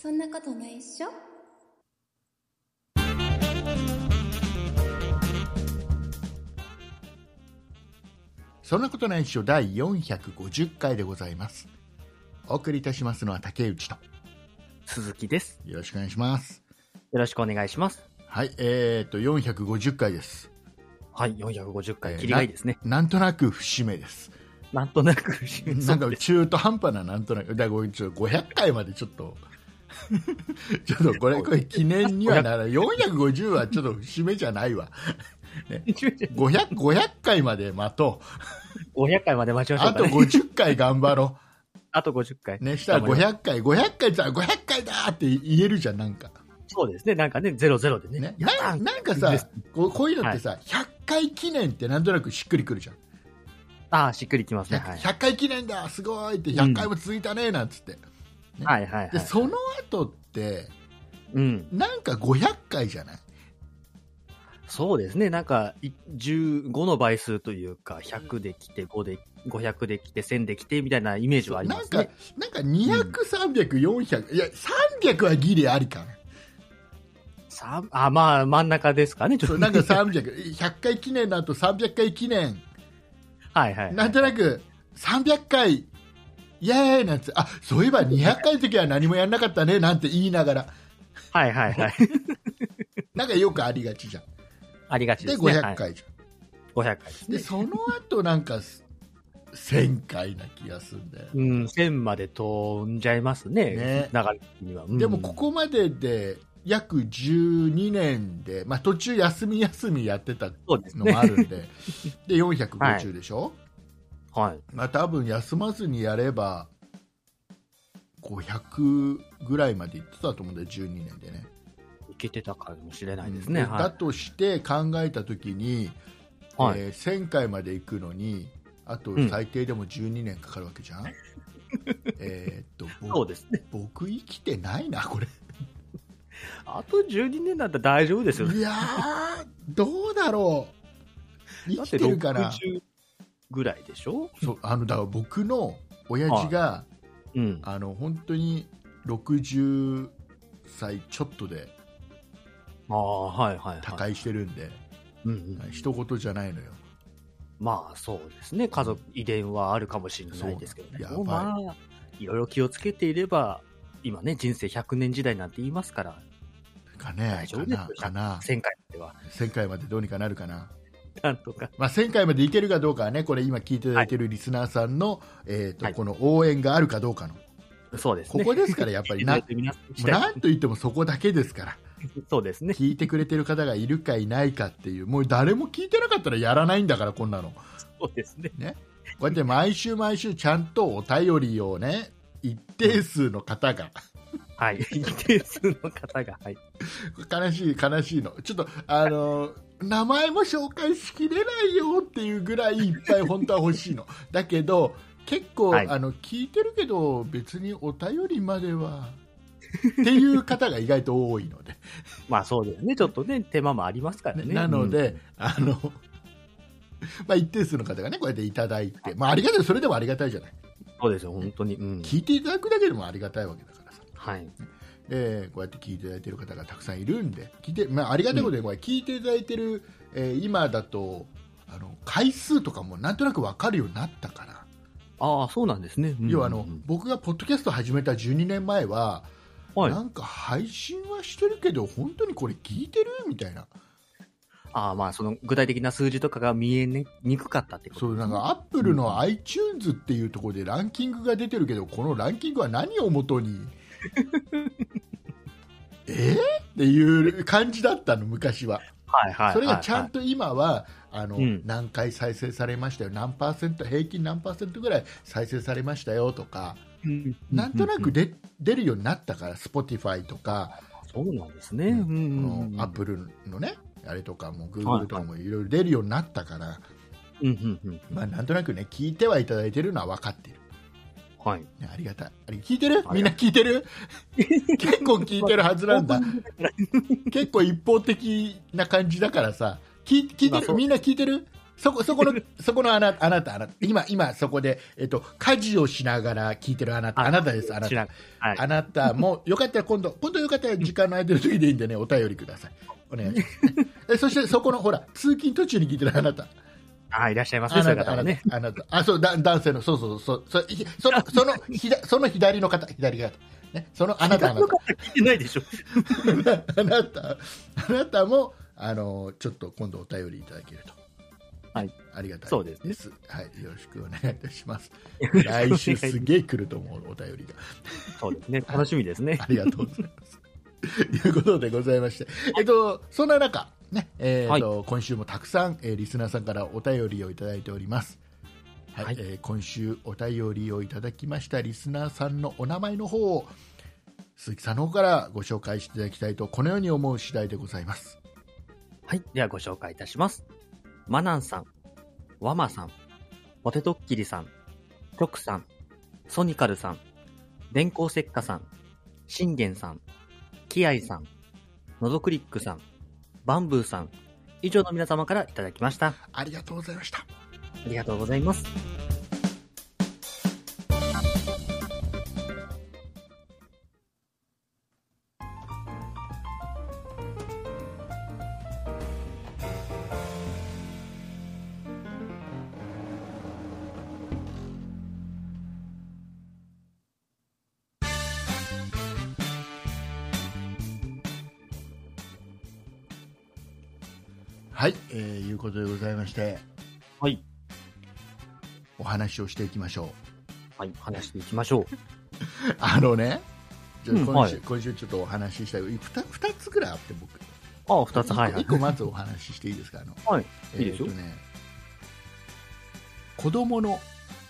そんなことないっしょ。 そんなことないっしょ第450回でございます。お送りいたしますのは竹内と鈴木です。 よろしくお願いします。 よろしくお願いします。 はい、450回です。 はい、450回、切りがいいですね。 なんとなく節目です。 なんとなく節目。 なんか中途半端ななんとなく、だから500回までちょっとちょっとこれ記念にはならない。450はちょっと節目じゃないわ。ね、500回まで待とう。500回まで待ちましょうか、ね。 あと50回頑張ろう。 あと50回。 ね、したら500回ってさ、500回だって言えるじゃん、なんか。 そうですね、なんかね、00でね。 なんかさ、こういうのってさ、はい、100回記念ってなんとなくしっくりくるじゃん。 ああ、しっくりきますね。 100回記念だ、すごいって、100回も続いたね、なんつって。ね、 はいはいはい。 で、その後って、なんか500回じゃない？ そうですね、なんか15の倍数というか、100できて、500できて、1000できてみたいなイメージはありますね。 なんか200、300、400、いや、300はギリありかな。まあ、真ん中ですかね、ちょっと。 なんか300、100回記念の後300回記念。 はいはい。 なんとなく、300回、イエーイなんて、そういえば200回の時は何もやんなかったね、なんて言いながら。 はいはいはい。 なんかよくありがちじゃん。 ありがちですね。 で、500回じゃん。 500回ですね。 で、その後なんか、1000回な気がするんだよ。 1000まで飛んじゃいますね。流れ的には。 でもここまでで、約12年で、まあ、途中休みやってたのもあるんで、で450でしょ、 はい、 まあ、多分休まずにやれば500ぐらいまでいってたと思うんだよ、12年でね。 いけてたかもしれないですね。 だとして考えたときに、1000回まで行くのにあと最低でも12年かかるわけじゃん。 そうですね。 僕生きてないな、これ。 あと12年だったら大丈夫ですよね。 いやー、どうだろう。生きてるかな。 60ぐらいでしょ。 そう、だから僕の親父が、本当に60歳ちょっとで他界してるんで、一言じゃないのよ。 まあそうですね、家族遺伝はあるかもしれないですけどね。まあいろいろ気をつけていれば今ね、人生100年時代なんて言いますからかね。大丈夫ですかな。 1000回までは。 1000回までどうにかなるかな。 なんとか。 まあ、1000回までいけるかどうかはね、これ今聞いていただいているリスナーさんの、この応援があるかどうかの。 そうですね。 ここですから、やっぱりなんと言ってもそこだけですから。 そうですね。 聞いてくれてる方がいるかいないかっていう、もう誰も聞いてなかったらやらないんだから、こんなの。 そうですね。 ね。こうやって毎週ちゃんとお便りをね、一定数の方が。 はい、一定数の方が、はい、 悲しいの。ちょっと名前も紹介しきれないよっていうぐらいいっぱい本当は欲しいの。だけど結構、聞いてるけど別にお便りまではっていう方が意外と多いので。 まあそうですね。ちょっとね手間もありますからね。 なので、まあ一定数の方がねこうやっていただいて、まあありがたい、それでもありがたいじゃない。 そうですよ本当に、 聞いていただくだけでもありがたいわけだからさ。 はい。 こうやって聞いていただいている方がたくさんいるんで、ありがたいことで、聞いていただいている、今だと回数とかもなんとなく分かるようになったから。 ああ、そうなんですね。 要は僕がポッドキャスト始めた12年前は、なんか配信はしてるけど本当にこれ聞いてるみたいな。 まあその具体的な数字とかが見えにくかったってことですね。 そう、なんかアップルの iTunes っていうところでランキングが出てるけど、このランキングは何をもとにっていう感じだったの、昔は。それがちゃんと今は何回再生されましたよ、何パーセント、平均何パーセントぐらい再生されましたよとか、なんとなく出るようになったから、Spotify とか。 そうなんですね。 アップルのねあれとかも Google とかもいろいろ出るようになったから、まあなんとなくね聞いてはいただいてるのは分かっている。 はい、 ありがたい。聞いてる？みんな聞いてる？結構聞いてるはずなんだ。結構一方的な感じだからさ、聞いてる？みんな聞いてる？ そこのあなた、今そこで、家事をしながら聞いてるあなたです、あなた。はい、あなたも、よかったら今度よかったら時間の空いてる時でいいんでね、お便りください。お願いします、ね。そしてそこの、ほら、通勤途中に聞いてるあなた。 いらっしゃいますね、そういう方はね。 そう、男性の、その左の方、ね、そのあなた。 聞いてないでしょ。 あなたも、ちょっと今度お便りいただけると。 はい。 ありがたいそうです。 はい。よろしくお願いいたします。来週すげえ来ると思う、お便りが。 そうですね。楽しみですね。 ありがとうございます。ということでございまして、そんな中、ね、今週もたくさん、リスナーさんからお便りをいただいております。はい。今週お便りをいただきましたリスナーさんのお名前の方を、鈴木さんの方からご紹介していただきたいと、このように思う次第でございます。 はい。ではご紹介いたします。マナンさん、ワマさん、ポテトッキリさん、トクさん、ソニカルさん、電光石火さん、信玄さん、キアイさん、ノドクリックさん、バンブーさん、以上の皆様からいただきました。 ありがとうございました。 ありがとうございます。 はい、いうことでございまして、 はい、 お話をしていきましょう。はい、話していきましょう。 今週ちょっとお話ししたい2つぐらいあって、僕。 2つ、はい、 1個まずお話ししていいですか。 はい、いいですよ。 子供の、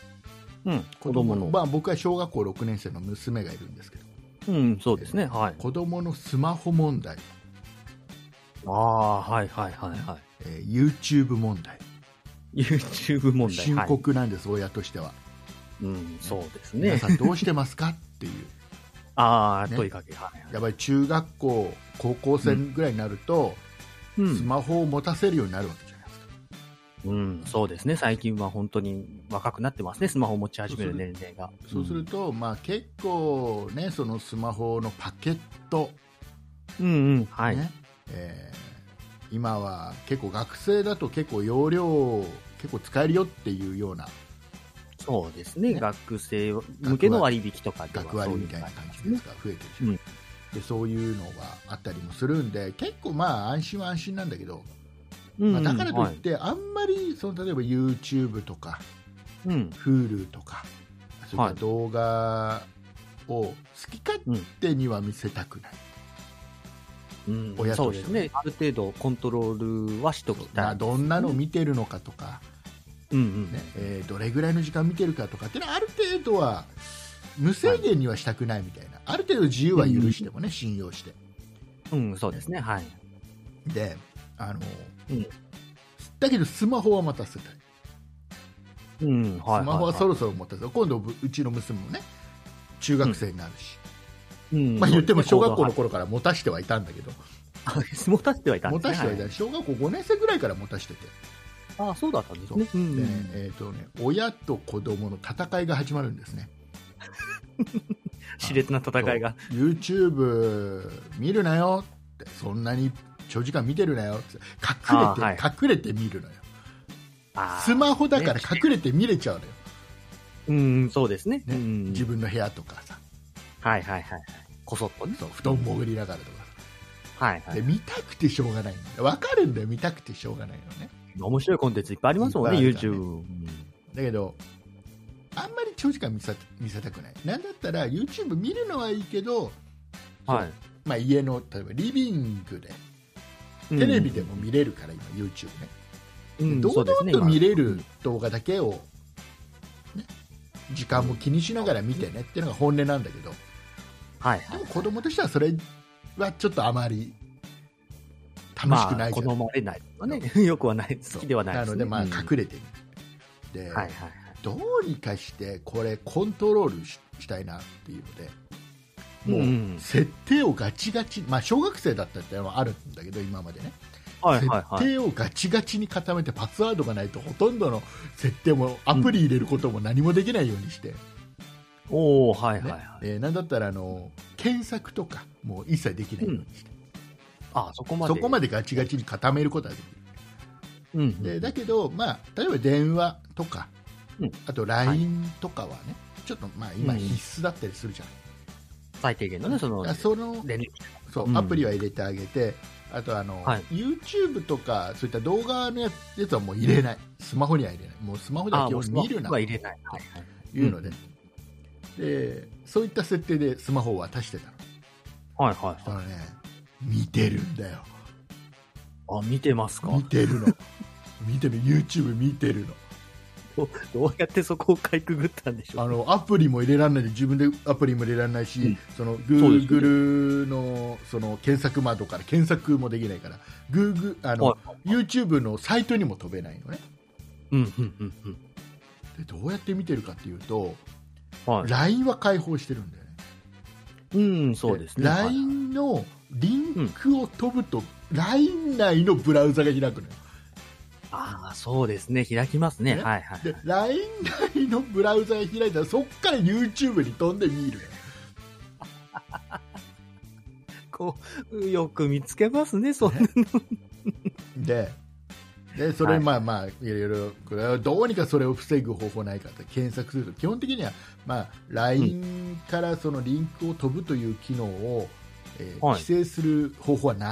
まあ、 僕は小学校6年生の娘がいるんですけど、そうですね、はい。 子供のスマホ問題。YouTube 問題。 YouTube 問題。 深刻なんです、親としては。 そうですね。 皆さんどうしてますかっていう。 問いかけ。 やっぱり中学校、高校生ぐらいになると、スマホを持たせるようになるわけじゃないですか。 そうですね。最近は本当に若くなってますね、スマホを持ち始める年齢が。 そうすると、結構ね、そのスマホのパケット。 はい。 今は結構学生だと結構容量結構使えるよっていうような、 そうですね、学生向けの割引とかでは学割みたいな感じですが増えてるし、でそういうのがあったりもするんで、結構安心は安心なんだけど、だからといって、あんまり例えば YouTube とか、Hulu とかそういった動画を好き勝手には見せたくない。 そうですね、ある程度コントロールはしときたい、 どんなの見てるのかとか、どれぐらいの時間見てるかとかっていうのはある程度は無制限にはしたくないみたいな、ある程度自由は許してもね、信用して、 そうですね、はい。 でだけどスマホはまた捨てたい。スマホはそろそろ持たせる。今度うちの娘もね中学生になるし、言っても小学校の頃から持たしてはいたんだけど、 持たしてはいたんですね。 持たしてはいた、小学校5年生ぐらいから持たしてて、 そうだったんですね。 親と子供の戦いが始まるんですね。 熾烈な戦いが。 YouTube 見るなよって、そんなに長時間見てるなよって隠れて見るのよ。スマホだから隠れて見れちゃうのよ。そうですね。 自分の部屋とかさ。 こそっとね。 布団潜りながらとか。で見たくてしょうがないんだよ。分かるんだよ、見たくてしょうがないのね。 面白いコンテンツいっぱいありますもんね、YouTube。 だけど、あんまり長時間見せたくない。なんだったら YouTube 見るのはいいけど、家の例えばリビングでテレビでも見れるから、今 YouTube ね。堂々と見れる動画だけを、時間も気にしながら見てねっていうのが本音なんだけど、でも子供としてはそれはちょっとあまり楽しくないじゃん。 好まれないとかね、よくはない、好きではないですね。 なので隠れてみる。で、どうにかしてこれコントロールしたいなっていうので、もう設定をガチガチ、小学生だったっていうのはあるんだけど、今までね、 はいはいはい、 設定をガチガチに固めてパスワードがないとほとんどの設定もアプリ入れることも何もできないようにして、 おー、はいはいはい。 なんだったら検索とかもう一切できないようにして、 そこまでガチガチに固めることができる、でだけど、例えば電話とか、あと LINE とかはね、ちょっと今必須だったりするじゃない、 最低限のね、そのアプリは入れてあげて、あとYouTube とかそういった動画のやつはもう入れない、スマホには入れない、もうスマホでは基本見るなというので、そういった設定でスマホを渡してたの。 はいはい。 そしたらね、見てるんだよ。 見てますか？ 見てるの。YouTube 見てるの。 どうやってそこをかいくぐったんでしょう。 アプリも入れられないで、自分でアプリも入れられないし、その Google のその検索窓から検索もできないから、YouTube のサイトにも飛べないのね。でどうやって見てるかっていうと、LINE は開放してるんだよね。 そうですね。 LINE のリンクを飛ぶと、LINE 内のブラウザが開くのよ。 そうですね、開きますね。はいはい。 で LINE 内のブラウザが開いたら、そこから YouTube に飛んで見るよく見つけますね、そんなの。 でそれいろいろこれはどうにかそれを防ぐ方法ないかって検索すると、基本的にはLINE からそのリンクを飛ぶという機能を規制する方法はない。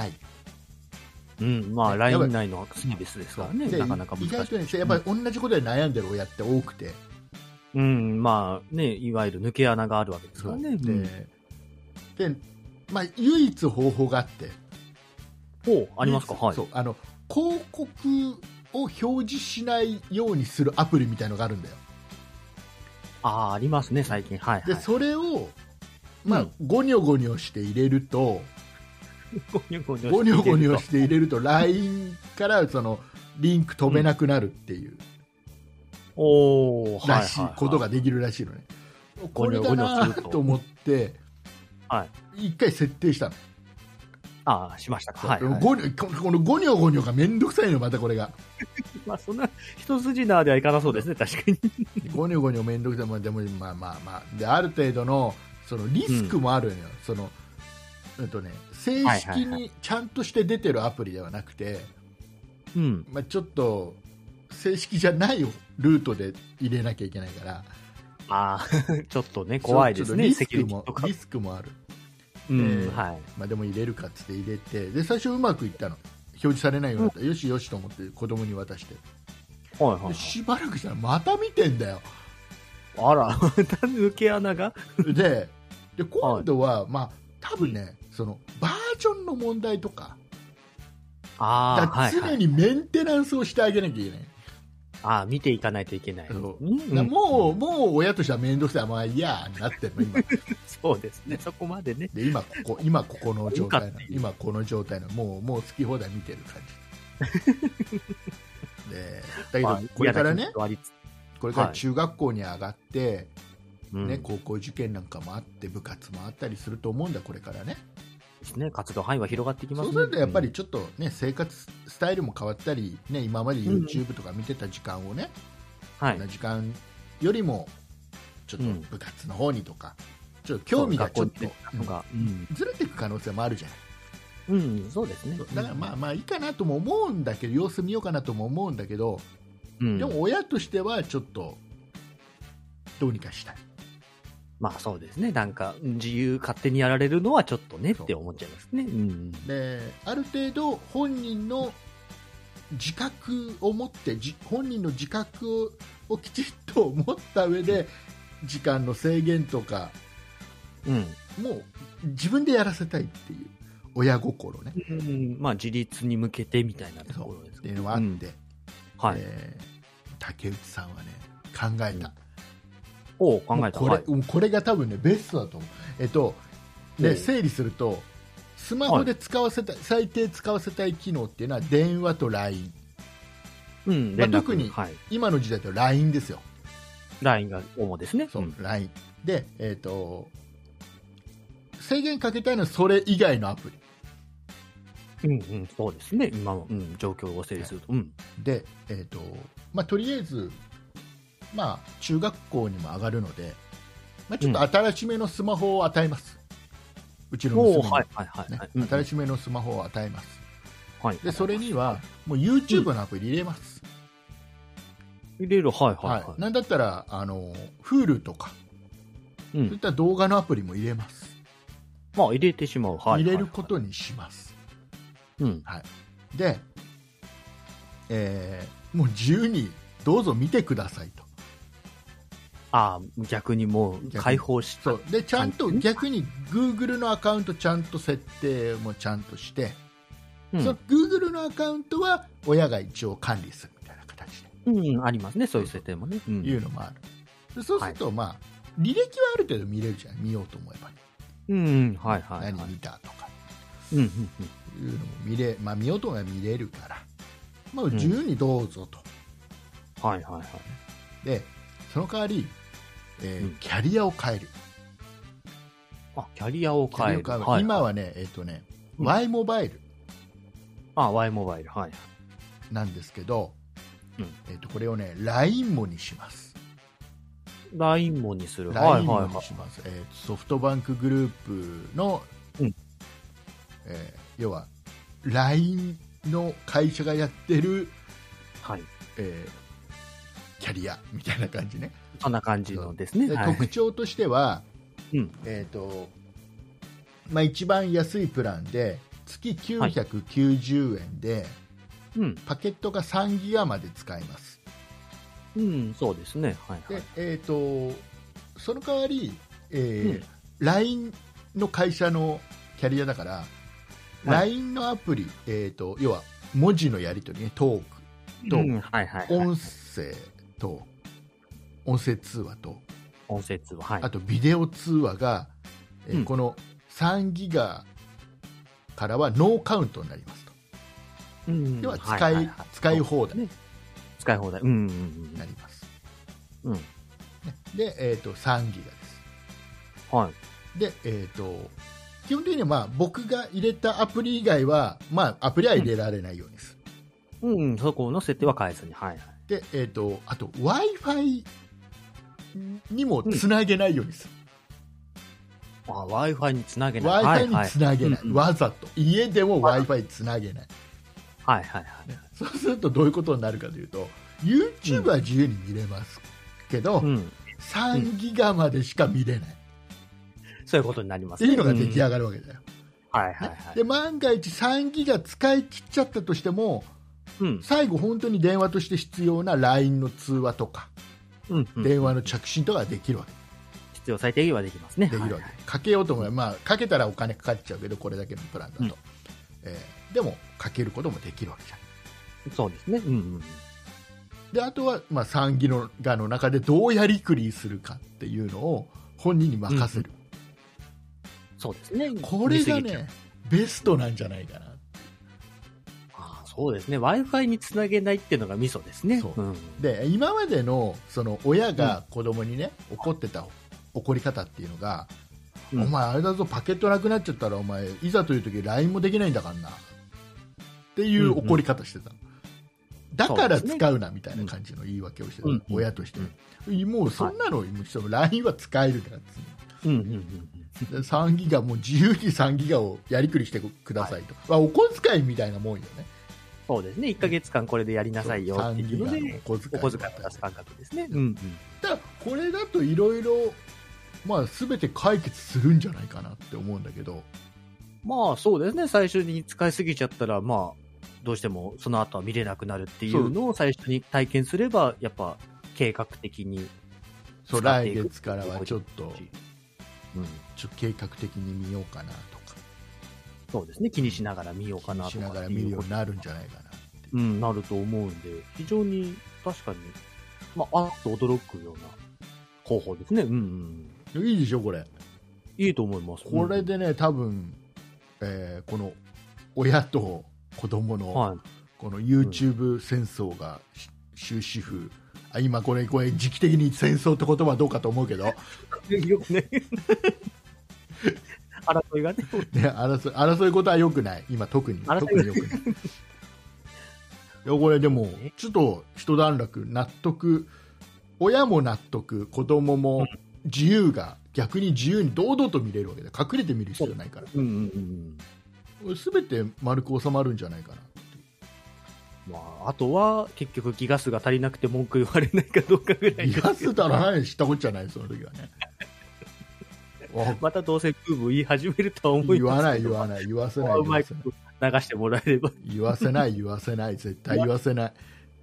LINE 内のサービスですからね、なかなか難しい。 意外とね、やっぱり同じことで悩んでる親って多くて、 いわゆる抜け穴があるわけですからね。 で、唯一方法があって、 ありますか？はい。 広告を表示しないようにするアプリみたいのがあるんだよ。 ありますね、最近。はい、はい。 で、それを、ゴニョゴニョして入れると、ゴニョゴニョして入れると、LINE からそのリンク飛べなくなるっていう、ことができるらしいのね。これだなと思って、一回設定したの。 しましたか。このゴニョゴニョがめんどくさいの、またこれが。 そんな一筋縄ではいかなそうですね、確かに。 ゴニョゴニョめんどくさい。でもである程度のそのリスクもあるのよ。その正式にちゃんとして出てるアプリではなくて、ちょっと正式じゃないルートで入れなきゃいけないから、 ちょっとね、怖いですね。 リスクもある。でも入れるかっつって入れて、で最初うまくいったの、表示されないようになった、よしよしと思って子供に渡して、しばらくしたらまた見てんだよ。 また抜け穴がで今度は、多分ね、そのバージョンの問題とか、常にメンテナンスをしてあげなきゃいけない。 見ていかないといけない。もう親としては面倒くさい、いやなってるの今。 そうですね、そこまでね。 で今ここの状態のもう好き放題見てる感じ。でだけどこれからね、中学校に上がって、高校受験なんかもあって部活もあったりすると思うんだ、これからね。 ですね、活動範囲は広がってきますね。 そうするとやっぱりちょっとね、生活スタイルも変わったり、今まで YouTube とか見てた時間をね、時間よりもちょっと部活の方にとか、ちょっと興味がちょっとずれていく可能性もあるじゃない。 そうですね。 だからいいかなとも思うんだけど、様子見ようかなとも思うんだけど、でも親としてはちょっとどうにかしたい。 そうですね、なんか自由勝手にやられるのはちょっとねって思っちゃいますね。 である程度本人の自覚を持って、本人の自覚をきちっと持った上で時間の制限とか、もう自分でやらせたいっていう親心ね、 自立に向けてみたいなところですっていうのがあって、竹内さんはね考えた。これが多分ねベストだと思う。で整理すると、スマホで使わせたい、最低使わせたい機能っていうのは電話と LINE、特に今の時代だと LINE ですよ。 LINE が主ですね。 LINE で、制限かけたいのはそれ以外のアプリ。 うんうん、そうですね、今の、状況を整理すると。 で、とりあえず、中学校にも上がるので、ちょっと新しめのスマホを与えます。うちの娘に、新しめのスマホを与えます。でそれにはもう YouTube のアプリ入れます。 入れる、 なんだったらHulu とか、そういった動画のアプリも入れます。 入れてしまう、 入れることにします。で、もう自由にどうぞ見てくださいと。 逆にもう開放して、 そうでちゃんと逆に Google のアカウントちゃんと設定もちゃんとして、その Google のアカウントは親が一応管理するみたいな形で、 ありますね、そういう設定もね、 いうのもある。でそうすると、履歴はある程度見れるじゃん、見ようと思えばね。何見たとか、いうのも見ようと思えば見れるから、自由にどうぞと。でその代わり、キャリアを変える。 キャリアを変える。 今はね、Y モバイル。 Y モバイル、 なんですけど、これをね、LINE モにします。 LINE モにする。 LINE モにします。ソフトバンクグループの、要は LINE の会社がやってる、キャリアみたいな感じね。 そんな感じのですね。 特徴としては、一番安いプランで月990円で、パケットが3ギガまで使えます。 そうですね。 でその代わり、LINE の会社のキャリアだから、LINE のアプリ、要は文字のやり取りね、トークと、音声と音声通話と、あとビデオ通話が、この3ギガからはノーカウントになりますと。要は使い放題。 使い放題。 なります。で、3ギガです。で、基本的には僕が入れたアプリ以外は、アプリは入れられないようにする。 そこの設定は変えずに。 で、あと Wi-Fi にもつなげないようにする。 Wi-Fi につなげない。 Wi-Fi につなげない。わざと。家でも Wi-Fi つなげない。そうするとどういうことになるかというと、YouTube は自由に見れますけど、3ギガまでしか見れない。 そういうことになりますね。 っていうのが出来上がるわけだよ。で、万が一3ギガ使い切っちゃったとしても、最後本当に電話として必要な LINE の通話とか、電話の着信とかができるわけ。 必要最低限はできますね。 できるわけ。かけようと思えば、かけたらお金かかっちゃうけど、これだけのプランだと。でもかけることもできるわけじゃん。 そうですね。 であとは、3ギガの中でどうやりくりするかっていうのを本人に任せる。 そうですね。 これがね、ベストなんじゃないかな。 そうですね。Wi-Fi につなげないっていうのがミソですね。 で、今までのその親が子供にね、怒ってた怒り方っていうのが、お前あれだぞ、パケットなくなっちゃったらお前いざという時 LINE もできないんだからなっていう怒り方してた。だから使うなみたいな感じの言い訳をしてた、親として。もうそんなの、LINE は使えるから3ギガもう自由に3ギガをやりくりしてくださいと、お小遣いみたいなもんよね。 そうですね。1ヶ月間これでやりなさいよっていうので、お小遣いを出す感覚ですね。 ただこれだといろいろ全て解決するんじゃないかなって思うんだけど。 そうですね。最初に使いすぎちゃったらどうしてもその後は見れなくなるっていうのを最初に体験すれば、やっぱ計画的に来月からはちょっと計画的に見ようかなとか。 そうですね。気にしながら見ようかなとか。 気にしながら見るようになるんじゃないかな。 なると思うんで、非常に確かに、あっと驚くような方法ですね。 いいでしょ、これ。 いいと思います。 これでね、多分、この親と子供のこの YouTube 戦争が終止符、今これ時期的に戦争って言葉はどうかと思うけど争いがね。 争いことは良くない。今特に良くない。いや、これでも、ちょっと一段落、納得、親も納得、子供も自由が、逆に自由に堂々と見れるわけで、隠れて見る必要ないから。すべて丸く収まるんじゃないかな。 まあ、あとは、結局、ギガ数が足りなくて文句言われないかどうかぐらい。 ギガ数足らない知ったこっちゃない、その時はね。 またどうせブーブー言い始めるとは思いますけど。 言わない、言わせない。 うまく流してもらえれば。 言わせない、絶対言わせない。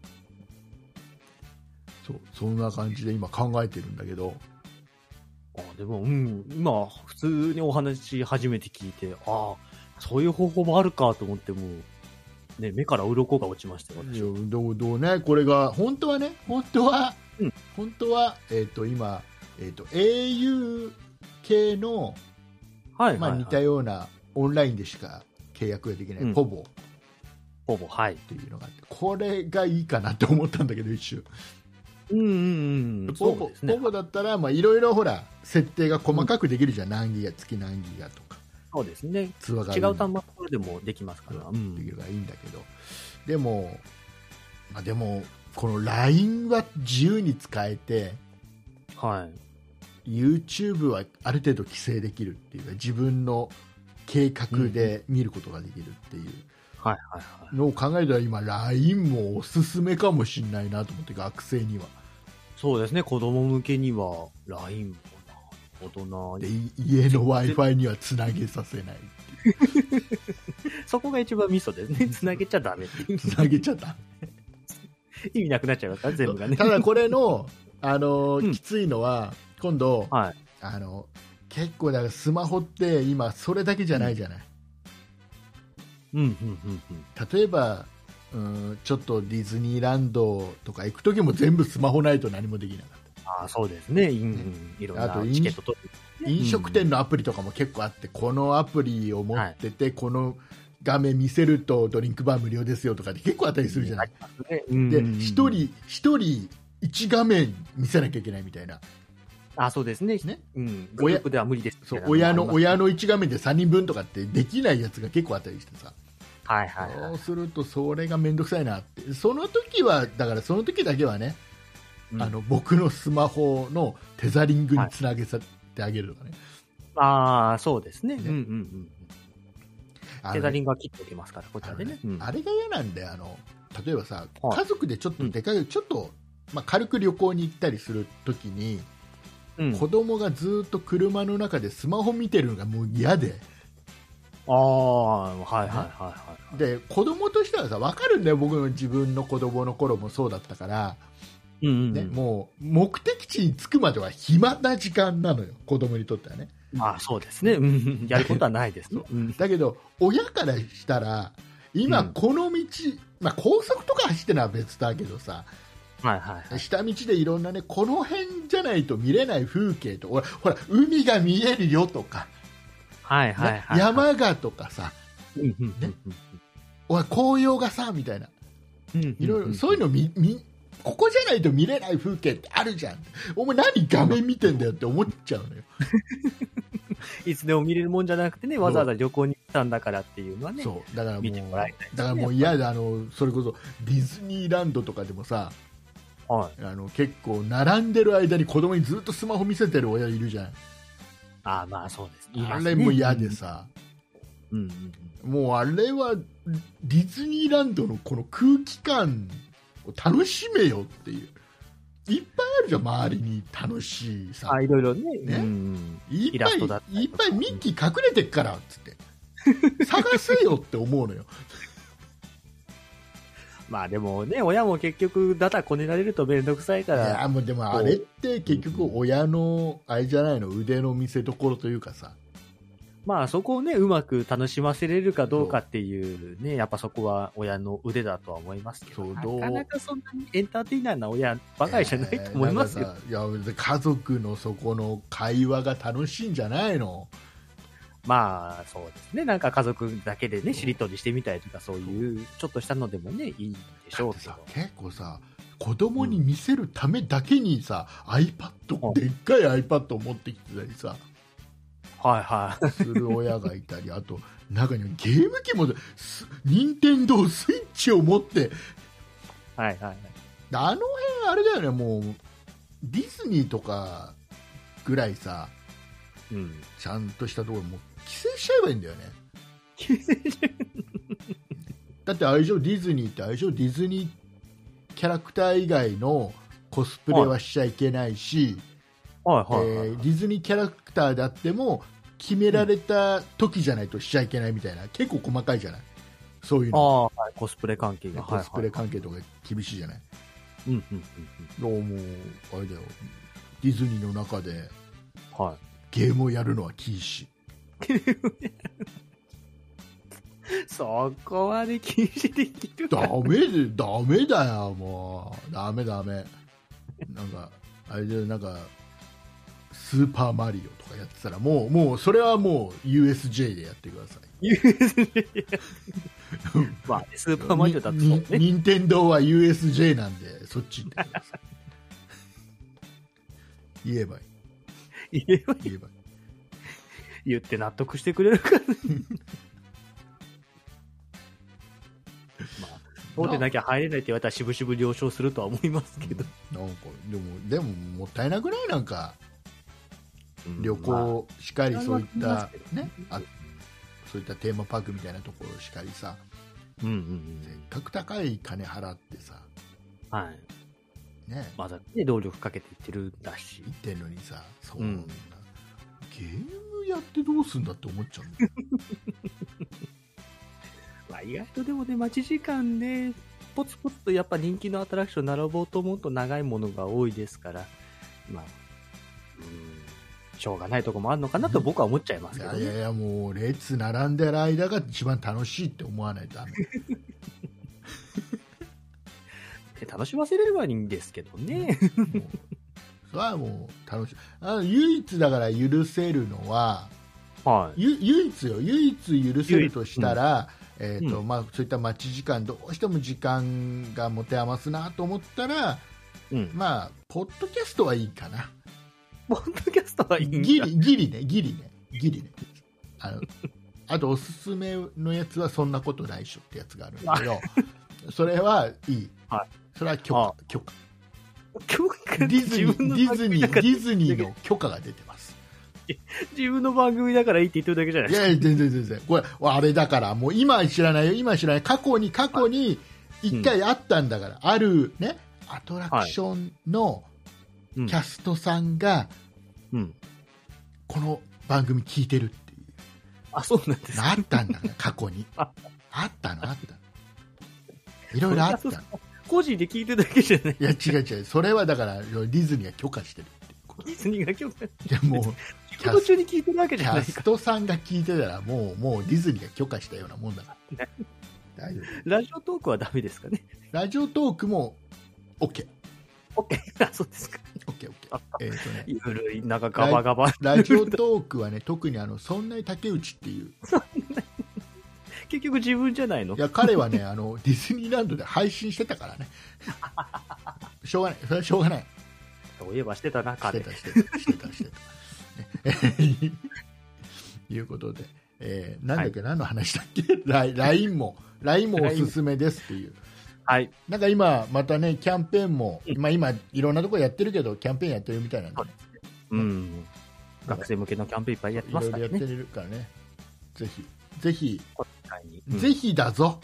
そんな感じで今考えてるんだけど。 でも、今、普通にお話初めて聞いて、そういう方法もあるかと思って、もう、ね、目から鱗が落ちましたよ。 どうね、これが、本当は、今、au 系の、似たようなオンラインでしか契約ができない、ポボっていうのがあって、これがいいかなって思ったんだけど、一瞬。ポボだったら、いろいろほら、設定が細かくできるじゃん、月何ギガとか。 そうですね。 通話が違う端末でもできますから。 できるからいいんだけど。でも、この LINE は自由に使えて、YouTube はある程度規制できるっていうか、自分の計画で見ることができるっていうのを考えたら、今 LINE もおすすめかもしれないなと思って、学生には。 そうですね、子供向けには LINE も大人で、家の Wi-Fi にはつなげさせないっていうそこが一番ミソですね。つなげちゃダメっていう。 つなげちゃダメ意味なくなっちゃいますから、全部がね。 ただこれの、きついのは今度、結構だからスマホって今それだけじゃないじゃない。例えばちょっとディズニーランドとか行く時も全部スマホないと何もできなかった。 そうですね。いろんなチケットと飲食店のアプリとかも結構あって、このアプリを持ってて、この画面見せるとドリンクバー無料ですよとかって結構あったりするじゃない。で、一人1画面見せなきゃいけないみたいな。 そうですね。グループでは無理です。 親の1画面で3人分とかってできないやつが結構あったりしてさ。そうするとそれがめんどくさいなって。その時だけはね、僕のスマホのテザリングにつなげさてあげるとかね。 そうですね。テザリングは切っておきますから、こちらでね。 あれが嫌なんで、例えばさ、家族でちょっとでかい、ちょっと、軽く旅行に行ったりするときに、子供がずっと車の中でスマホ見てるのがもう嫌で。で、子供としてはさ、分かるんだよ。僕の自分の子供の頃もそうだったから、もう目的地に着くまでは暇な時間なのよ、子供にとってはね。 そうですね。やることはないですね。 だけど、親からしたら、今この道、高速とか走ってるのは別だけどさ、下道でいろんなね、この辺じゃないと見れない風景と、ほら、海が見えるよとか、山がとかさ、紅葉がさ、みたいな。いろいろ、そういうのここじゃないと見れない風景ってあるじゃん。お前何画面見てんだよって思っちゃうのよ。 いつでも見れるもんじゃなくてね、わざわざ旅行に行ったんだからっていうのはね。 だからもう、 見てもらいたい、 だからもう嫌で、それこそディズニーランドとかでもさ、結構並んでる間に子供にずっとスマホ見せてる親いるじゃん。 そうですね。 あれも嫌でさ、もうあれはディズニーランドのこの空気感を楽しめよっていう。いっぱいあるじゃん、周りに楽しいさ。 いろいろね。 いっぱいミッキー隠れてっからっつって探せよって思うのよ。 でもね、親も結局だだこねられるとめんどくさいから。 もうでもあれって結局親のあれじゃないの、腕の見せ所というかさ。 そこをね、うまく楽しませれるかどうかっていうね、やっぱそこは親の腕だとは思いますけど、なかなかそんなにエンターテイナーな親ばかりじゃないと思いますよ。 家族のそこの会話が楽しいんじゃないの？ そうですね。なんか家族だけでね、しりとりしてみたりとか、そういうちょっとしたのでもね、いいでしょうけど。 結構さ、子供に見せるためだけにさ、iPad、でっかい iPad を持ってきてたりさ、 はいはい。 する親がいたり、あと、中にはゲーム機も、任天堂スイッチを持って、 はいはい。 あの辺あれだよね、もう、ディズニーとかぐらいさ、 うん、 ちゃんとしたところもう規制しちゃえばいいんだよね。だってあれでしょ、ディズニーってあれでしょ、ディズニーキャラクター以外のコスプレはしちゃいけないし、ディズニーキャラクターであっても決められた時じゃないとしちゃいけないみたいな、結構細かいじゃない、そういうの。 はい、コスプレ関係が、 コスプレ関係とか厳しいじゃない。どうもあれだよ、ディズニーの中で、はい、ゲームをやるのは禁止。 そこまで禁止できるか。 ダメだよ、もうダメ。なんかあれでなんかスーパーマリオとかやってたらもうそれはもう USJ でやってください。 USJ まあスーパーマリオだとね。 任天堂は USJ なんでそっち行ってください。言えばいい。 言って納得してくれるかな。まあ、そうでなきゃ入れないって言われたら渋々了承するとは思いますけど。 なんかでももったいなくない？なんか旅行しかり、そういったね、そういったテーマパークみたいなところしかりさ、せっかく高い金払ってさ、 はいね、まだね労力かけていってるんだし、 言ってんのにさ、そんな、ゲームやってどうすんだって思っちゃうんだよ。 まあ意外とでもね、待ち時間でポツポツとやっぱ人気のアトラクション並ぼうと思うと長いものが多いですから、まあしょうがないところもあるのかなと僕は思っちゃいますけど、ね、 いやもう列並んでる間が一番楽しいって思わないとダメ。 楽しませれればいいんですけどね。 それはもう楽しい。唯一だから許せるのは、はい、唯一許せるとしたら、まあ、そういった待ち時間、どうしても時間が持て余すなと思ったら、まあポッドキャストはいいかな。 ポッドキャストはいいんだ。 ギリね。あとおすすめのやつはそんなことないっしょってやつがあるんだけど、それはいい。はい、それは許可。ディズニーの許可が出てます。 自分の番組だからいいって言ってるだけじゃないですか。 いや全然。これあれだから、もう今知らない。過去に一回あったんだから、あるねアトラクションのキャストさんが、この番組聞いてるっていう。 あ、そうなんですか。 あったんだから、過去に。あったの。いろいろあったの。 個人で聞いてるだけじゃない。 いや、違う。それはだから、ディズニーが許可してるって。 ディズニーが許可してる。 でも、 キャス中に聞いてるわけじゃないか。 キャストさんが聞いてたら、もうディズニーが許可したようなもんだから。 大丈夫。ラジオトークはダメですかね。 ラジオトークも OK。 あ、そうですか。 OK。 ゆるい、なんかガバガバ。 ラジオトークはね、特にそんなに竹内っていう。 結局自分じゃないの？ いや、彼はね、ディズニーランドで配信してたからね。しょうがない。それはしょうがない。 そういえばしてたな、彼。 してた。いうことで、なんだっけ、何の話だっけ？LINE もおすすめですっていう。 はい。 なんか今、またね、キャンペーンも、今、いろんなところやってるけど、キャンペーンやってるみたいなんで、ね。 学生向けのキャンペーンいっぱいやってますからね。 いろいろやってるからね。ぜひだぞ。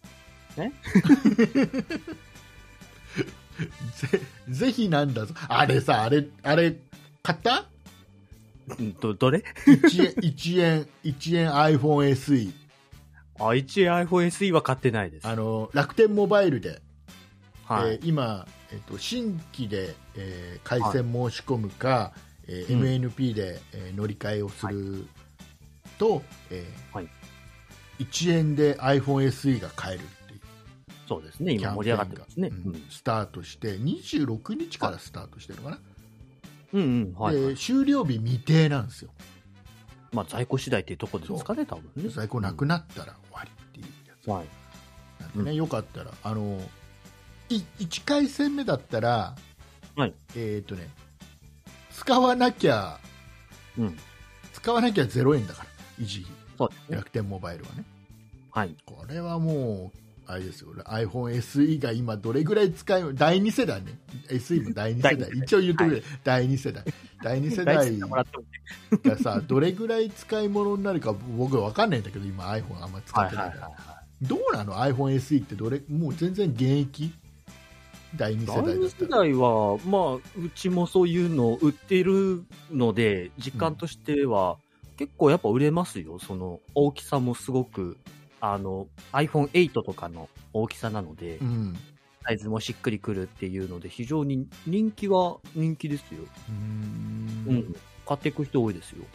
ぜひなんだぞ。あれさ、あれ、買った？ どれ 1円 iPhone SE。 1円 iPhone SE は買ってないです。 楽天モバイルで、今、新規で、回線申し込むか、MNP で、乗り換えをすると、1円で iPhone SE が買えるっていう。 そうですね、今盛り上がってますね。 スタートして26日からスタートしてるのかな。 で終了日未定なんですよ。 まあ在庫次第っていうところですかね、多分ね。 在庫なくなったら終わりっていうやつ。なんでね、よかったら1回戦目だったら、使わなきゃ使わなきゃ0円だから維持費。 そうですね。 楽天モバイルはね。 はい。 これはもうあれですよ、iPhone SE が今どれぐらい使い、第2世代ね、SE も第2世代、一応言ってくれ、はい、第2世代、第2世代がさ、どれぐらい使い物になるか僕は分かんないんだけど、今 iPhone あんまり使ってないから、どうなの iPhone SE ってもう全然現役第2世代だったら。 第2世代は、まあ、うちもそういうのを売ってるので、実感としては、結構やっぱ売れますよ。その大きさもすごく、iPhone8 とかの大きさなので、サイズもしっくりくるっていうので、非常に人気は人気ですよ。買っていく人多いですよ。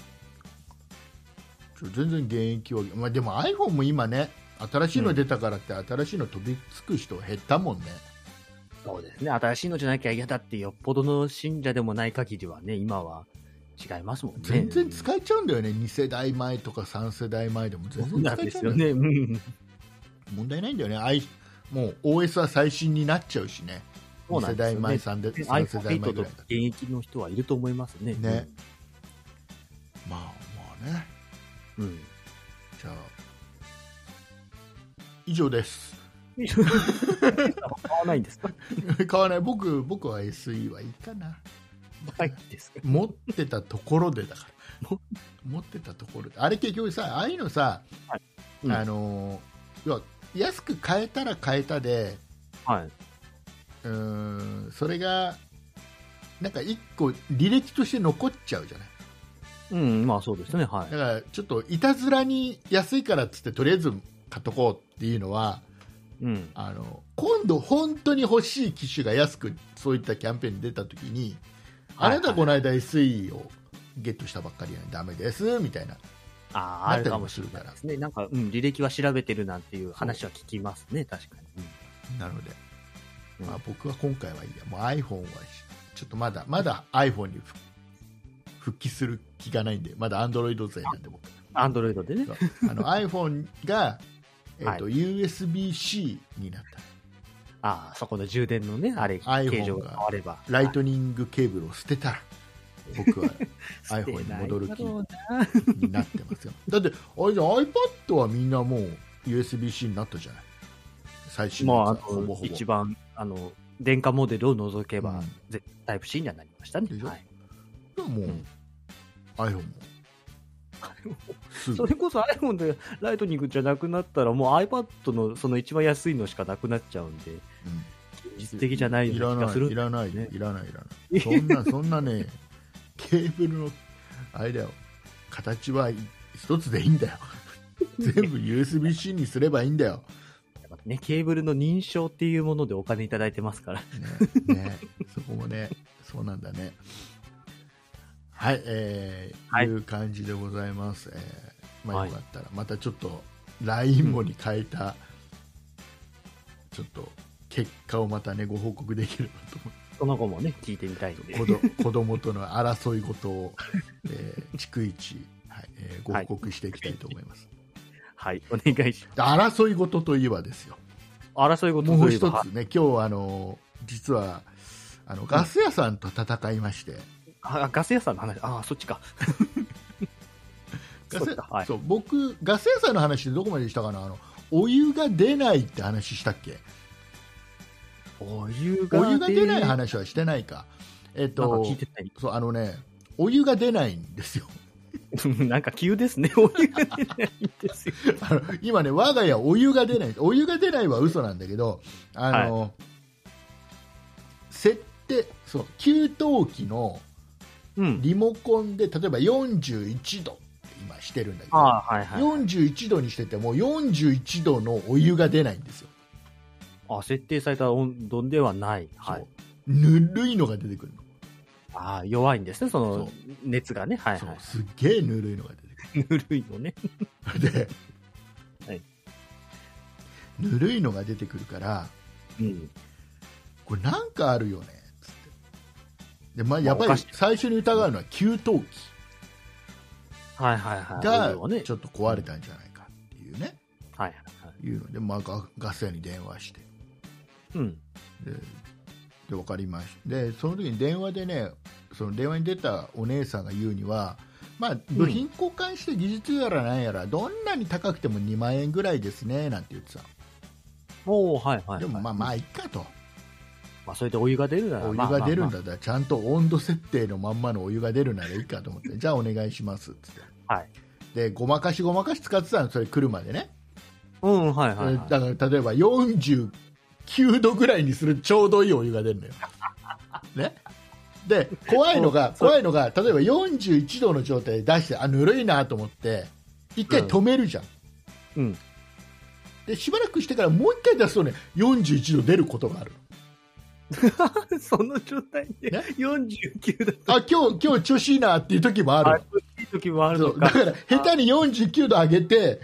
全然現役は、まあ、でも iPhone も今ね、新しいの出たからって、新しいの飛びつく人減ったもんね。 そうですね。新しいのじゃなきゃ嫌だってよっぽどの信者でもない限りはね、今は違いますもんね。 全然使えちゃうんだよね。2世代前とか3世代前でも全然使えちゃうんだよね。問題ないんだよね。もう OS は最新になっちゃうしね。2世代前、3世代前ぐらいだ。 現役の人はいると思いますね。 ね。まあね。じゃあ、以上です。 買わないんですか？ 買わない。僕は SE はいいかな。 ないですか？ 持ってたところでだから持ってたところで、あれ結局さ、ああいうのさ、はい、要は安く買えたら買えたで、 はい、 それがなんか一個履歴として残っちゃうじゃない。 まあそうですね。はい。 だからちょっといたずらに安いからっつってとりあえず買っとこうっていうのは、今度本当に欲しい機種が安くそういったキャンペーンに出たときに、あなたこの間 SE をゲットしたばっかりなのにダメですみたいな、 あるかもしれないですね。なんか、履歴は調べてるなんていう話は聞きますね、確かに。 なので、まあ、僕は今回はいいや、もう iPhone はちょっとまだ iPhone に復帰する気がないんで、まだ Android 勢なんで僕。 Android でね。 iPhone がUSB-C になった。 そこの充電のね、あれ、形状が変われば。 ライトニングケーブルを捨てたら、僕は iPhone に戻る気になってますよ。だって、iPad はみんなもう USB-C になったじゃない。最新のやつはほぼほぼ。 一番、電化モデルを除けば、タイプ C にはなりましたね。はい。 でも、iPhone も。 それこそ iPhone でライトニングじゃなくなったらもう iPad のその一番安いのしかなくなっちゃうんで、実的じゃない気がする。 いらない。そんなね、ケーブルのあれだよ、形は一つでいいんだよ。全部 USB-C にすればいいんだよ。 ね、ケーブルの認証っていうものでお金いただいてますからね、そこもね、そうなんだね。はい、いう感じでございます。まあよかったら、またちょっと LINE もに変えた、ちょっと結果をまたね、ご報告できればと思います。 その後もね、聞いてみたいので。 子供との争い事を、逐一、ご報告していきたいと思います。 はい、お願いします。 争い事といえばですよ。 争い事といえば。もう一つね、今日実は、ガス屋さんと戦いまして、 ガス屋さんの話、そっちか。 僕、ガス屋さんの話でどこまでしたかな。お湯が出ないって話したっけ。 お湯が出ない話はしてないか。 聞いてない。 そう、お湯が出ないんですよ。 なんか急ですね。お湯が出ないんですよ。 今ね、我が家お湯が出ない。お湯が出ないは嘘なんだけど、設定、給湯器のリモコンで、例えば41度って今してるんだけど、41度にしてても41度のお湯が出ないんですよ。 設定された温度ではない。 ぬるいのが出てくるの。 弱いんですね、その熱がね。 すっげえぬるいのが出てくる。 ぬるいのね。 で、ぬるいのが出てくるから、これなんかあるよね。でやっぱり最初に疑うのは給湯器がちょっと壊れたんじゃないかっていうね、いうので、ガス屋に電話して、で分かりました。でその時に電話でね、その電話に出たお姉さんが言うには、 まあ、部品交換して技術やらなんやら、どんなに高くても2万円ぐらいですねなんて言ってた。 おー、はいはい、はい。 でもまあいっかと。 まあ、それでお湯が出るなら、 お湯が出るんだったら、ちゃんと温度設定のまんまのお湯が出るならいいかと思って、じゃあお願いしますっつって。 はい。 で、ごまかし使ってたの、それ来るまでね。 うん、はいはい、はい。 だから例えば49度ぐらいにするちょうどいいお湯が出るのよ。ね。で、怖いのが、例えば41度の状態で出して、ぬるいなと思って、一回止めるじゃん。 うん。 で、しばらくしてからもう一回出すとね、41度出ることがある。 その状態で、ね、49だと。 あ、今日調子いいなっていう時もある。 いい時もあるのか。 だから、下手に49度上げて、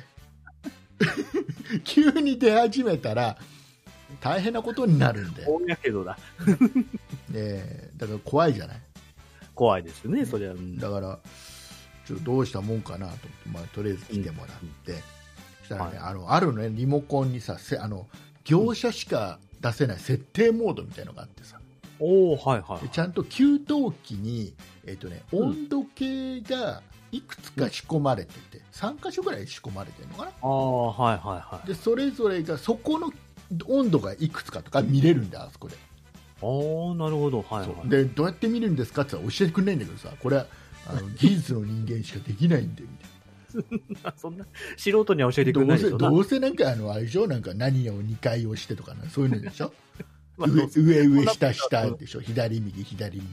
急に出始めたら、大変なことになるんで。 大やけどだ。 だから怖いじゃない。 怖いですよね、それは。 だから、ちょっとどうしたもんかなと思って、まあ、とりあえず来てもらって、そしたらね、あるのね、リモコンにさ、業者しか出せない設定モードみたいなのがあってさ、 おー、はいはい、 ちゃんと給湯器に、温度計がいくつか仕込まれてて、3箇所ぐらい仕込まれてるのかな。 ああ、はいはいはい。 で、それぞれがそこの温度がいくつかとか見れるんだよ、あそこで。 ああ、なるほど、はいはい。 で、どうやって見るんですかって言ったら教えてくれないんだけどさ、これは技術の人間しかできないんでみたいな。 そんな素人には教えてくれないでしょ。 どうせなんかあれでしょ、なんか何を2回押してとかそういうのでしょ。上下でしょ、左右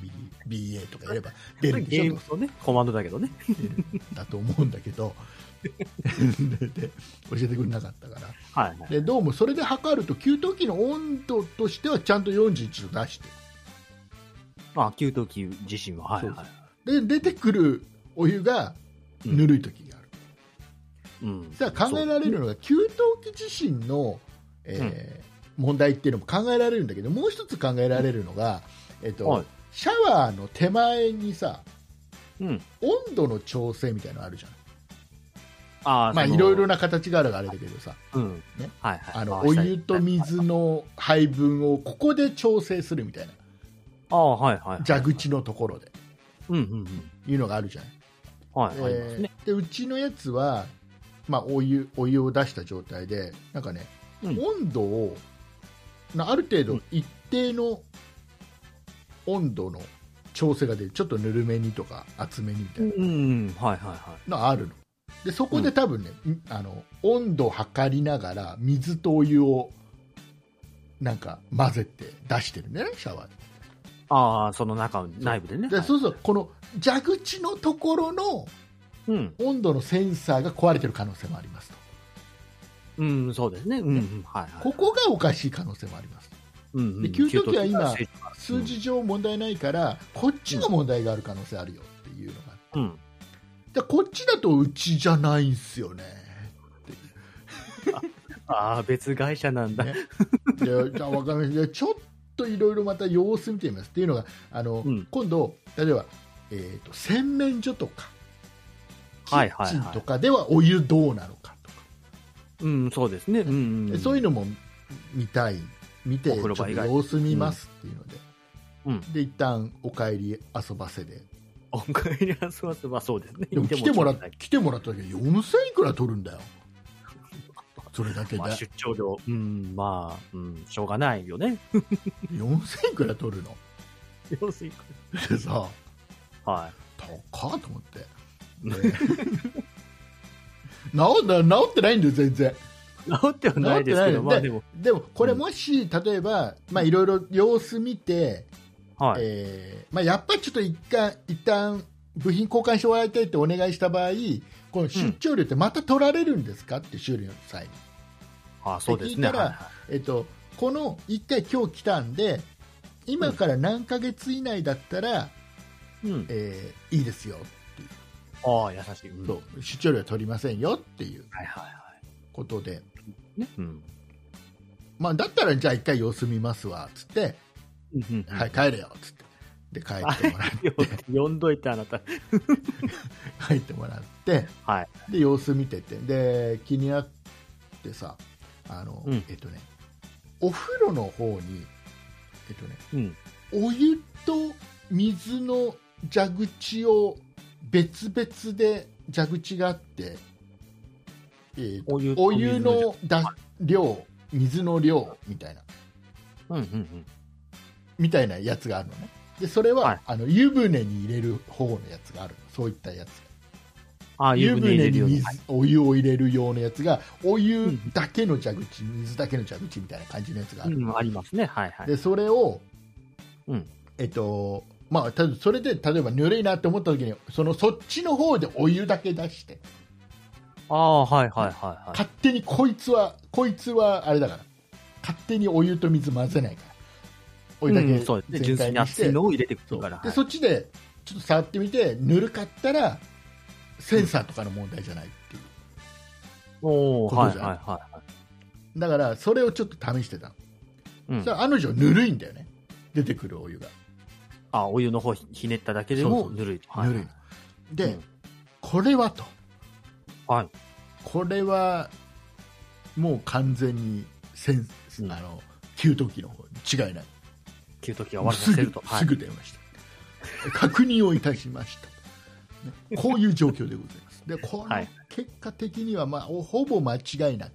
BA とかやれば出るでしょ。 ゲームとね、コマンドだけどね。 だと思うんだけどで教えてくれなかったから、 はいはい、 でどうもそれで測ると給湯器の温度としてはちゃんと41度出して、 給湯器自身は、はいはい、 で出てくるお湯がぬるい時がある、さあ考えられるのが、給湯器自身の、問題っていうのも考えられるんだけど、もう一つ考えられるのが、シャワーの手前にさ、温度の調整みたいなのあるじゃん。まあいろいろな形があるあれだけどさ、お湯と水の配分をここで調整するみたいな、蛇口のところで、いうのがあるじゃない。でうちのやつは、まあ、お湯を出した状態でなんかね、温度をある程度一定の温度の調整が出る、ちょっとぬるめにとか厚めにみたいなのあるので、そこで多分ね、温度を測りながら水とお湯をなんか混ぜて出してるんだよね、シャワーで。 その内部でね。 そうそう、この蛇口のところの温度のセンサーが壊れてる可能性もありますと。 そうですね。 ここがおかしい可能性もあります。で給湯器は今数字上問題ないから、こっちが問題がある可能性あるよっていうのがあって、でこっちだとうちじゃないんすよねって別会社なんだ、ね、 じゃあ分かりました。ちょっといろいろまた様子見てみますっていうのが、今度例えば、洗面所とかキッチンとかではお湯どうなのかとか、 そうですね、 そういうのも見てちょっと様子見ますっていうので、で一旦お帰り遊ばせで、 お帰り遊ばせはそうですね。 でも来てもらっただけで4000いくら取るんだよ、それだけで。 出張料、しょうがないよね。 4000いくら取るの 4000いくらでさ、高っと思って、治ってないんだよ全然。 治ってはないですけど、 でもこれもし、例えばいろいろ様子見て、やっぱりちょっと一旦部品交換してもらいたいってお願いした場合、この出張料ってまた取られるんですかって修理の際に。 そうですね。 聞いたら、この1回今日来たんで、今から何ヶ月以内だったら、いいですよっていう。 優しい。 そう出張料は取りませんよっていうことで、だったらじゃあ1回様子見ますわっつって、はい帰れよっつって、で帰ってもらって呼んどいてあなた帰ってもらって、で様子見てて、で気になってさ、お風呂の方にお湯と水の蛇口を別々で蛇口があって、お湯の量、水の量みたいな、みたいなやつがあるのね。でそれは、湯船に入れる方のやつがある。そういったやつ。湯船にお湯を入れる用のやつが、お湯だけの蛇口、水だけの蛇口みたいな感じのやつがある。 ありますね。はいはい。 でそれを、まあ、それで例えばぬるいなって思った時にそっちの方でお湯だけ出して、勝手にこいつはあれだから、勝手にお湯と水混ぜないから、お湯だけ全体にして、のを入れてくるから、 でそっちでちょっと触ってみて、ぬるかったらセンサーとかの問題じゃないっていうことじゃない。だからそれをちょっと試してたの。そしたら案の定ぬるいんだよね、出てくるお湯が。 お湯の方ひねっただけでもぬるい。 ぬるい。で、これはと。これはもう完全に給湯器の方に違いない。 給湯器が悪させると。 すぐ出ました。確認をいたしました。こういう状況でございます。で、この結果的には、ほぼ間違いなく、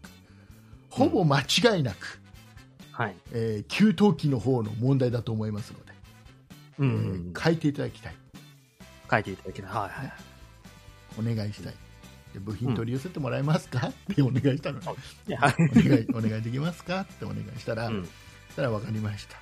給湯器の方の問題だと思いますので、変えていただきたい。お願いしたい。で部品取り寄せてもらえますかってお願いしたのね。お願いできますかってお願いしたら、そしたら分かりました。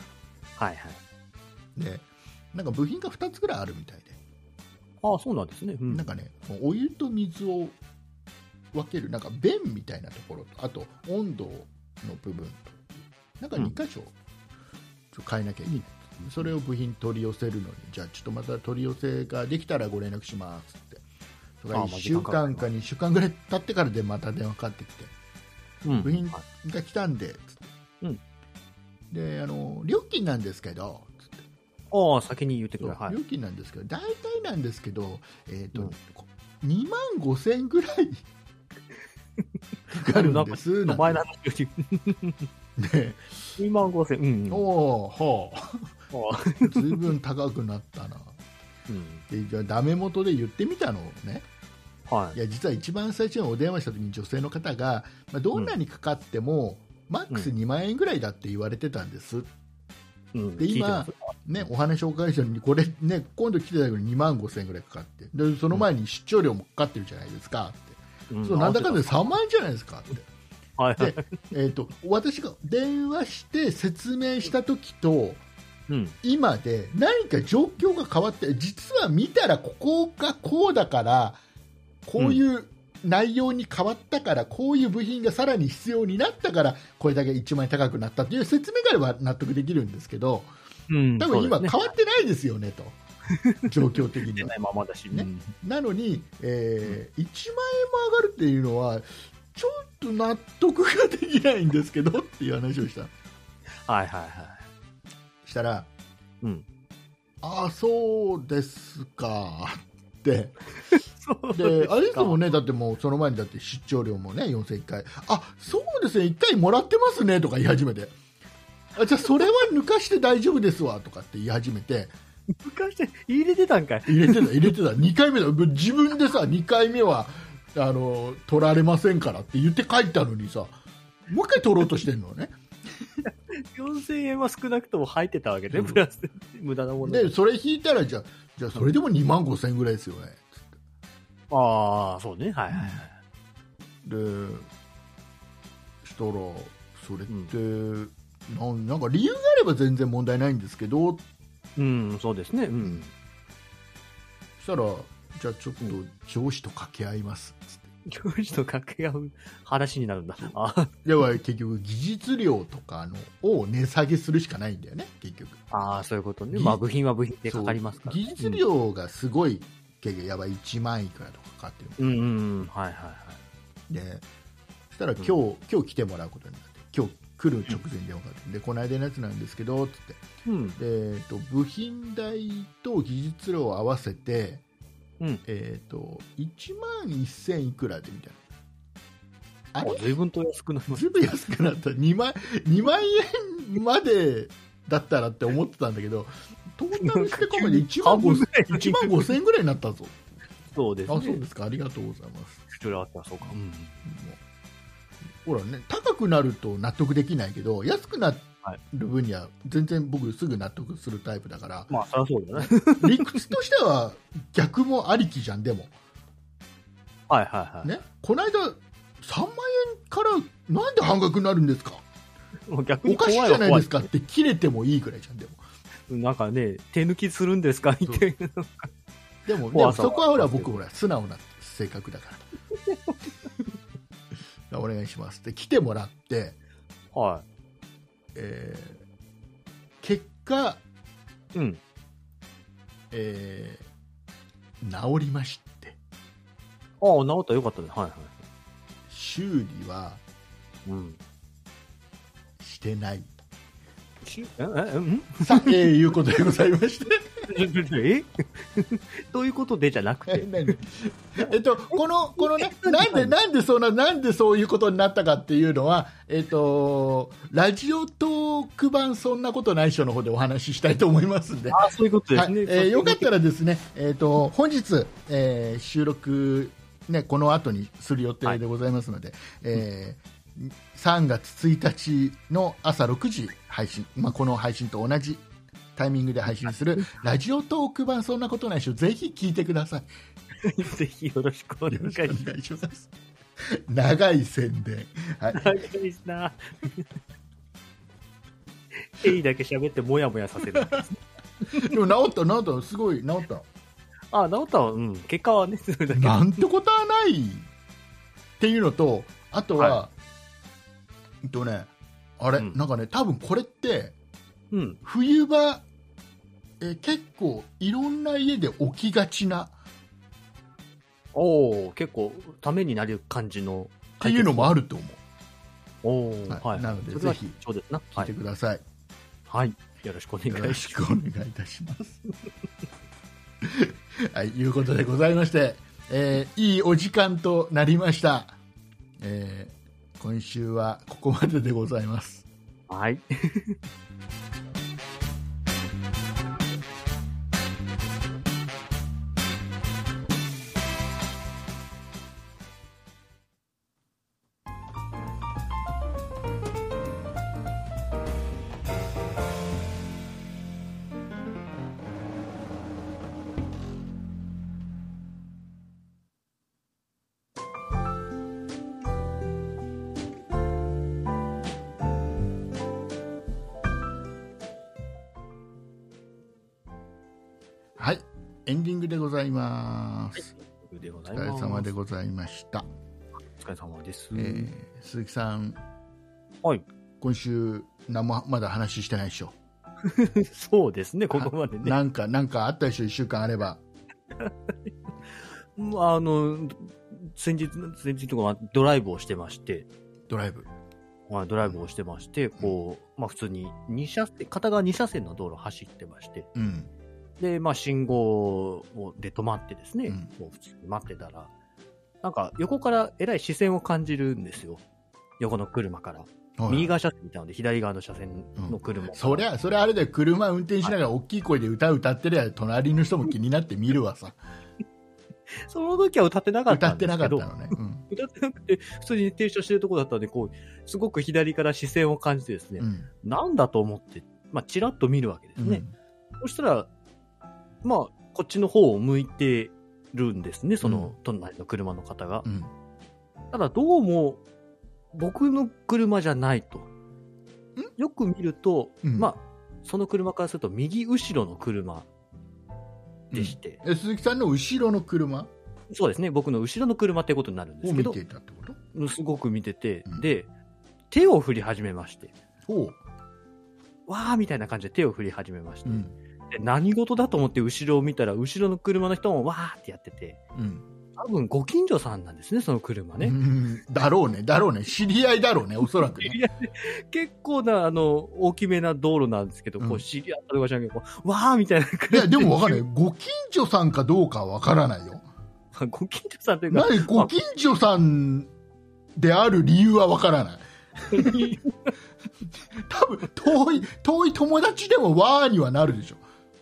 で、なんか部品が2つぐらいあるみたいで。 そうなんですね。 なんかね、お湯と水を分けるなんか弁みたいなところと、あと温度の部分と、なんか2箇所変えなきゃいけない。それを部品取り寄せるのに、じゃあちょっとまた取り寄せができたらご連絡しますって。それが1週間か2週間ぐらい経ってからでまた電話かかってきて、部品が来たんでつって、で料金なんですけどつって、 先に言ってくれ。 料金なんですけど、大体なんですけど、2万5,000円ぐらいかかるんですなんて。 前の話で 2万5,000円。 ずいぶん高くなったな。でじゃあダメ元で言ってみたのね。いや実は一番最初にお電話した時に女性の方が、どんなにかかっても、マックス2万円ぐらいだって言われてたんです、で今、お話をお伺いしたのにこれ、今度来てたけど2万5,000円ぐらいかかって、でその前に出張料もかかってるじゃないですかって、なんだかんだで3万円じゃないですかって、で私が電話して説明した時と、今で何か状況が変わって、実は見たらここがこうだから、こういう内容に変わったから、こういう部品がさらに必要になったからこれだけ1万円高くなったという説明があれば納得できるんですけど、多分今変わってないですよねと、状況的にはなのに、1万円も上がるっていうのはちょっと納得ができないんですけどっていう話をした。したら、そうですかってであれですもんね、だってもうその前にだって出張料もね4,000回、そうですね1回もらってますねとか言い始めて、じゃあそれは抜かして大丈夫ですわとかって言い始めて、 抜かして入れてたんかい。 入れてた2回目だ、自分でさ2回目は取られませんからって言って書いたのにさ、もう一回取ろうとしてんのね。 4,000円は少なくとも入ってたわけで、プラス無駄なものでそれ引いたらじゃあそれでも2万5,000円ぐらいですよね。 そうね。 でしたらそれって、なんか理由があれば全然問題ないんですけど、 そうですね。 したらじゃあちょっと上司と掛け合いますっつって、 上司と掛け合う話になるんだ。 では結局技術料とかを値下げするしかないんだよね結局。 そういうことね。部品は部品でかかりますから、 技術料がすごい、やばい1万いくらとかかかってる。でそしたら今日来てもらうことになって、今日来る直前に電話かかって、でこの間のやつなんですけどつって、で部品代と技術料を合わせて1万1000いくらでみたいな。 随分と安くなります。 随分安くなった。2万円までだったらって思ってたんだけど、トータルしてここまで1万5,000円ぐらいになったぞ。 そうですね。 あ、そうですか。ありがとうございます。 それはそうか。 ほらね、高くなると納得できないけど、安くなる分には全然僕すぐ納得するタイプだから。 まあ、そりゃそうだね。 理屈としては逆もありきじゃん、でも。 はいはいはい。 ね、この間、3万円からなんで半額になるんですか、 逆におかしいじゃないですかって切れてもいいぐらいじゃん、でも。 なんかね、手抜きするんですかみたいな。 でもそこはほら僕ほら素直な性格だからお願いしますって来てもらって、 はい、 結果、 うん治りまして。 ああ、治ったらよかったね。はいはい。 修理は、してない。さあ、いうことでございましてどういうことでじゃなくてこのね、なんでそういうことになったかっていうのは、ラジオトーク版そんなことないっしょの方でお話ししたいと思いますんで。 あ、そういうことですね。 よかったらですね、本日、収録、ね、この後にする予定でございますので、3月1日の朝6時配信、この配信と同じタイミングで配信するラジオトーク版そんなことないでしょ、ぜひ聞いてくださいぜひよろしくお願いします長い宣伝、 長いですなヘイだけ喋ってもやもやさせるでも治ったすごい治った。 あ、治ったわ。結果はね、 それだけなんてことはないっていうのと、あとは、あれ、なんかね、多分これって、冬場、結構いろんな家で起きがちな。 結構ためになる感じの。 っていうのもあると思う。 なので、ぜひ、聞いてください。 はい。よろしくお願いします。 よろしくお願いいたします。はい、いうことでございまして、いいお時間となりました。今週はここまででございます。 はい。 はい、エンディングでございます。 お疲れ様でございました。 お疲れ様です。 鈴木さん、 はい。 今週何もまだ話してないでしょ。 そうですね、ここまでね。 なんかあったでしょ、1週間あれば。 先日とかドライブをしてまして。 ドライブをしてまして、普通に片側2車線の道路を走ってまして。で、信号で止まってですね、もう普通に待ってたら、なんか横からえらい視線を感じるんですよ。横の車から。右側車線みたいなので、左側の車線の車。 それあれで車運転しながら大きい声で歌ってりゃ、隣の人も気になって見るわさ。 その時は歌ってなかったんですけど。 歌ってなかったのね。 歌ってなくて、普通に停車してるとこだったんで、すごく左から視線を感じてですね、なんだと思って、チラッと見るわけですね。そしたら、こっちの方を向いてるんですね、その隣の車の方が。ただ、どうも、僕の車じゃないと。よく見ると、その車からすると、右後ろの車でして。 鈴木さんの後ろの車？ そうですね、僕の後ろの車ってことになるんですけど。 見ていたってこと？ すごく見てて、で、手を振り始めまして。わーみたいな感じで手を振り始めまして。で何事だと思って後ろを見たら、後ろの車の人もわーってやってて、多分ご近所さんなんですね、その車ね。 だろうね。知り合いだろうね、おそらくね。 結構な、大きめな道路なんですけど、知り合ったとかじゃなくて、わーみたいな。いや、でもわかんない。ご近所さんかどうかはわからないよ。 ご近所さんというか。 ご近所さんである理由はわからない。多分、遠い友達でもわーにはなるでしょ。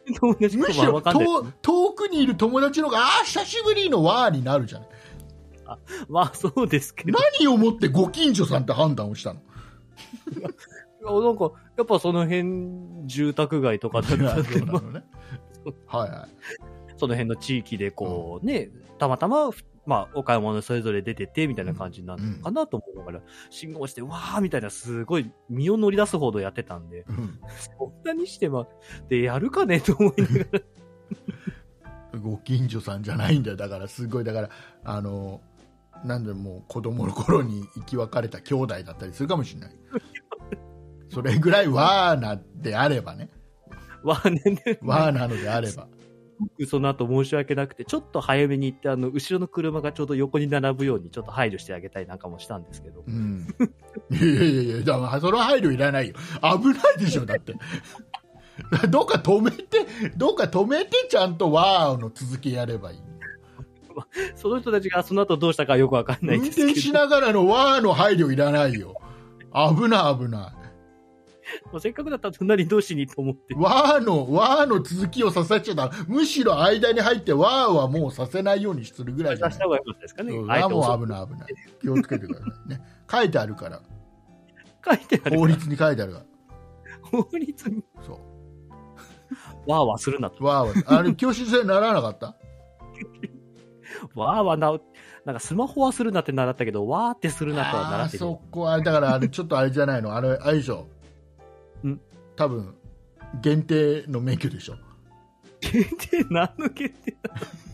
むしろ遠くにいる友達の方が久しぶりのわーになるじゃない。 まあそうですけど、 何をもってご近所さんって判断をしたの？ なんかやっぱその辺住宅街とかだったんで、はいはい、 その辺の地域でこうね、たまたままあお買い物それぞれ出ててみたいな感じになるのかなと思いながら、信号してわーみたいな、すごい身を乗り出すほどやってたんで、そんなにしてでやるかねと思いながら。ご近所さんじゃないんだよ。だからすごい、だからなんでもう子供の頃に生き別れた兄弟だったりするかもしれない。それぐらいわーなであればね。わーなのであれば。 その後申し訳なくて、ちょっと早めに行って、後ろの車がちょうど横に並ぶようにちょっと配慮してあげたいなんかもしたんですけど。 いや、だからその配慮いらないよ。危ないでしょ、だって。どっか止めてちゃんとわーの続きやればいい。 その人たちがその後どうしたかよくわかんないですけど。 運転しながらのわーの配慮いらないよ。危ない。 せっかくだったら隣同士にと思って。 わーの続きをさせちゃった。むしろ間に入ってわーはもうさせないようにするぐらいじゃない。 させた方がよかったですかね。 もう危ない。気をつけてくださいね。書いてあるから。法律に書いてあるから。 法律に。 そう。 わーはするなと。 わーは。あれ、教習所にならなかったわーはなんかスマホはするなって習ったけど、わーってするなとは習ってる。 そこあれだから、ちょっとあれじゃないの。あれでしょ。多分限定の免許でしょ。 限定？何の限定だ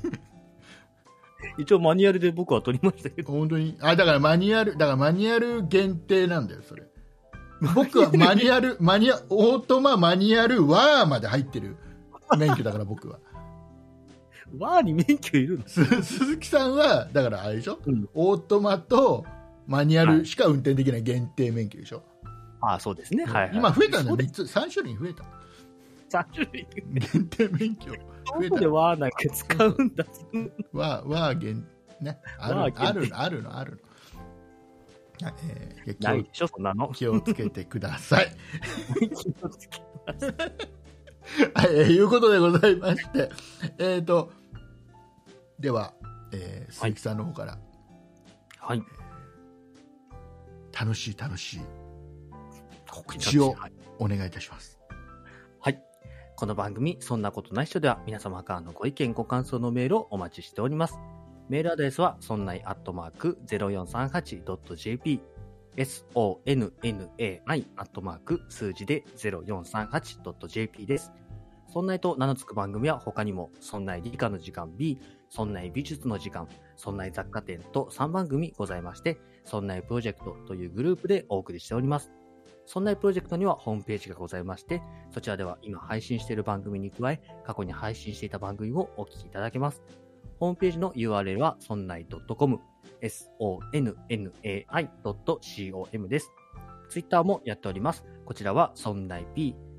一応マニュアルで僕は取りましたけど。 本当に？だからマニュアル限定なんだよ、それ。僕はオートママニュアルワーまで入ってる免許だから、僕は。 ワーに免許いるの？ 鈴木さんはだからあれでしょ、オートマとマニュアルしか運転できない限定免許でしょ。 そうですね。はい、 今増えたんだよ。3種類増えた。 3種類限定免許増えた。 どこでワーなんか使うんだ。 ワー限ね、あるの。 ないでしょ、そんなの。 気をつけてください。気をつけます。いうことでございまして、では、鈴木さんの方から、楽しい告知をお願いいたします。 はい。この番組、そんなことない人では、皆様からのご意見、ご感想のメールをお待ちしております。メールアドレスは、そんない@0438.jp、sonnai@ 数字で 0438.jp です。そんないと名の付く番組は他にも、そんない理科の時間 B、そんない美術の時間、そんない雑貨店と3番組ございまして、そんないプロジェクトというグループでお送りしております。そんないプロジェクトにはホームページがございまして、そちらでは今配信している番組に加え、過去に配信していた番組をお聞きいただけます。ホームページの URL はそんない .com、sonnai.com です。ツイッターもやっております。こちらはそんない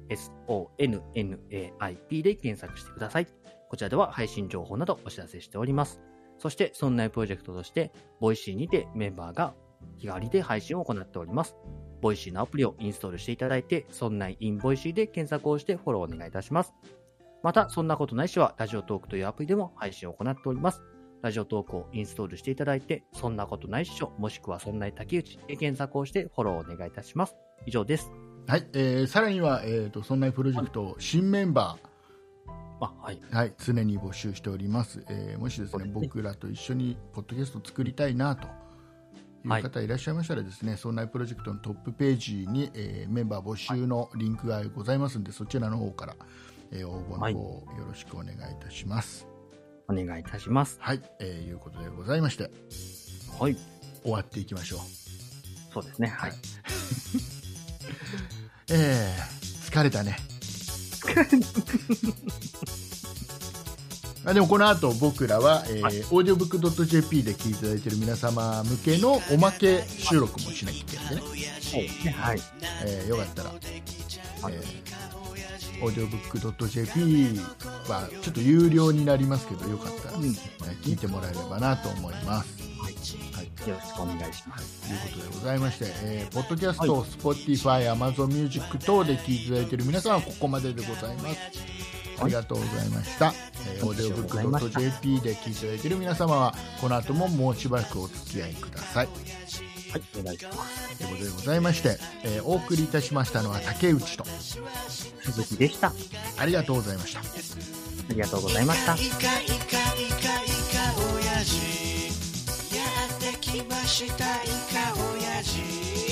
P、sonnaip で検索してください。こちらでは配信情報などお知らせしております。そして、そんないプロジェクトとして、ボイシーにてメンバーが日替わりで配信を行っております。ボイシーのアプリをインストールしていただいて、そんない in ボイシーで検索をしてフォローお願いいたします。また、そんなことないしは、ラジオトークというアプリでも配信を行っております。ラジオトークをインストールしていただいて、そんなことないっしょ、もしくはそんない竹内で検索をしてフォローお願いいたします。以上です。 はい、さらには、そんないプロジェクト、新メンバー、はい、常に募集しております。もしですね、僕らと一緒にポッドキャストを作りたいなという方いらっしゃいましたらですね、そんないプロジェクトのトップページに、メンバー募集のリンクがございますので、そちらの方から、応募の方よろしくお願いいたします。 お願いいたします。 はい、いうことでございまして、 はい、 終わっていきましょう。 そうですね。はい。 疲れたね。でもこの後僕らは、audiobook.jp で聞いていただいている皆様向けのおまけ収録もしなきゃいけないんでね。 はい。 よかったら、audiobook.jp はちょっと有料になりますけど、よかったら、聞いてもらえればなと思います。 はい。よろしくお願いします。 ということでございまして、ポッドキャスト、Spotify、Amazon Music 等で聞いていただいている皆さんはここまででございます。 ありがとうございました。オーディオブックドット JP で聞いていただける皆様はこの後ももうしばらくお付き合いください。 はい、お願いします。 ということでございまして、お送りいたしましたのは竹内と鈴木でした。 ありがとうございました。 ありがとうございました。 やってきましたイカオヤジ